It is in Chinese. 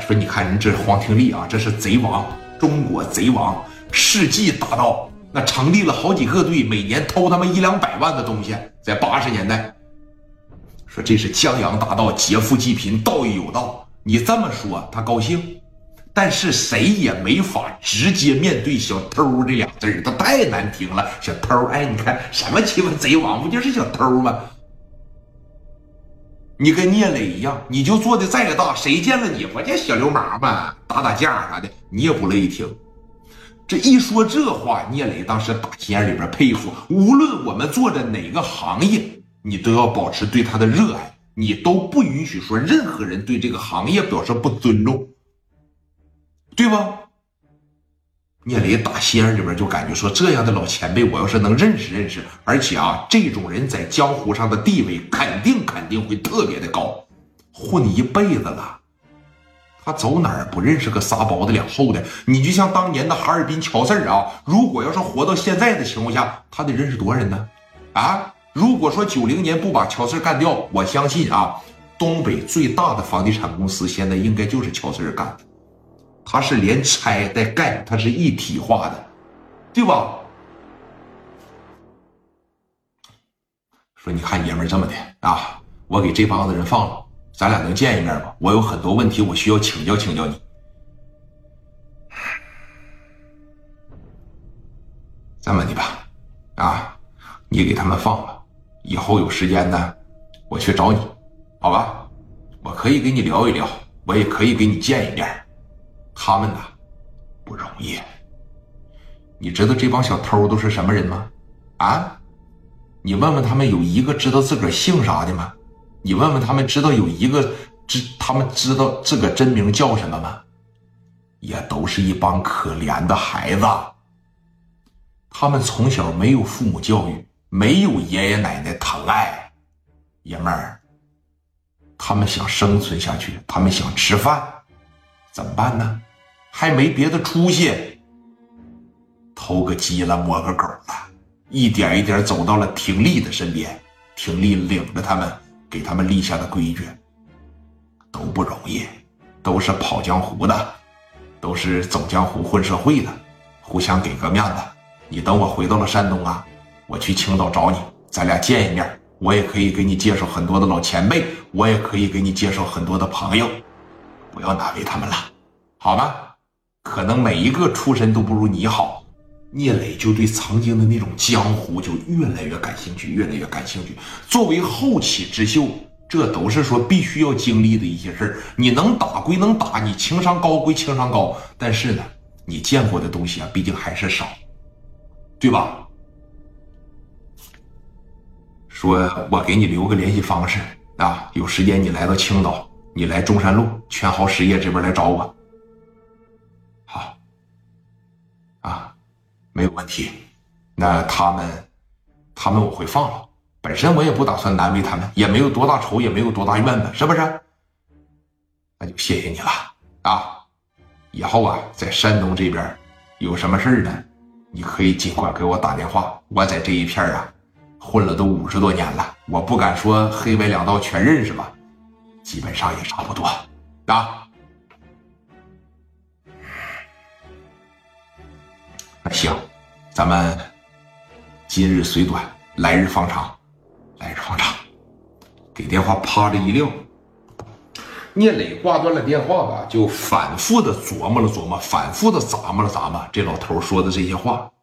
说你看人这黄廷利啊，这是贼王，中国贼王，世纪大盗，那成立了好几个队，每年偷他们100-200万的东西，在80年代。说这是江洋大盗，劫富济贫，道义有道。你这么说他高兴，但是谁也没法直接面对小偷这俩字儿，他太难听了。小偷，哎，你看什么鸡巴贼王，不就是小偷吗？你跟聂磊一样，你就做的再大，谁见了你不就小流氓嘛，打打架啥的，你也不乐意听。这一说这话，聂磊当时打心眼里边佩服，无论我们做着哪个行业，你都要保持对他的热爱，你都不允许说任何人对这个行业表示不尊重，对吧？聂磊打心眼里边就感觉说，这样的老前辈我要是能认识认识，而且啊，这种人在江湖上的地位肯定会特别的高，混一辈子了，他走哪儿不认识个仨包的两厚的？你就像当年的哈尔滨乔四啊，如果要是活到现在的情况下，他得认识多少人呢？啊，如果说90年不把乔四干掉，我相信啊，东北最大的房地产公司现在应该就是乔四干的。他是连拆带盖，他是一体化的，对吧？说你看爷们儿这么的啊，我给这帮子人放了，咱俩能见一面吗？我有很多问题，我需要请教请教你。这么的吧，啊，你给他们放了，以后有时间呢，我去找你，好吧？我可以跟你聊一聊，我也可以跟你见一面。他们呢，不容易。你知道这帮小偷都是什么人吗？啊，你问问他们，有一个知道自个儿姓啥的吗？你问问他们，知道有一个他们知道这个真名叫什么吗？也都是一帮可怜的孩子。他们从小没有父母教育，没有爷爷奶奶疼爱，爷们儿，他们想生存下去，他们想吃饭，怎么办呢？还没别的出息，偷个鸡了，摸个狗了，一点一点走到了廷力的身边。廷力领着他们，给他们立下的规矩，都不容易，都是跑江湖的，都是走江湖混社会的，互相给个面子。你等我回到了山东啊，我去青岛找你，咱俩见一面，我也可以给你介绍很多的老前辈，我也可以给你介绍很多的朋友，不要难为他们了，好吗？可能每一个出身都不如你好。聂磊就对曾经的那种江湖就越来越感兴趣，越来越感兴趣。作为后起之秀，这都是说必须要经历的一些事儿。你能打归能打，你情商高归情商高，但是呢，你见过的东西啊，毕竟还是少，对吧？说我给你留个联系方式啊，有时间你来到青岛，你来中山路全豪实业这边来找我。好，啊，没有问题。那他们我会放了，本身我也不打算难为他们，也没有多大仇，也没有多大怨的，是不是？那就谢谢你了啊！以后啊，在山东这边有什么事呢，你可以尽管给我打电话。我在这一片啊，混了都50多年了，我不敢说黑白两道全认识吧，基本上也差不多啊。那行，咱们今日虽短，来日方长。来日方长，给电话啪的一撂。聂磊挂断了电话吧，就反复的琢磨了琢磨，反复的咂摸了咂摸这老头说的这些话。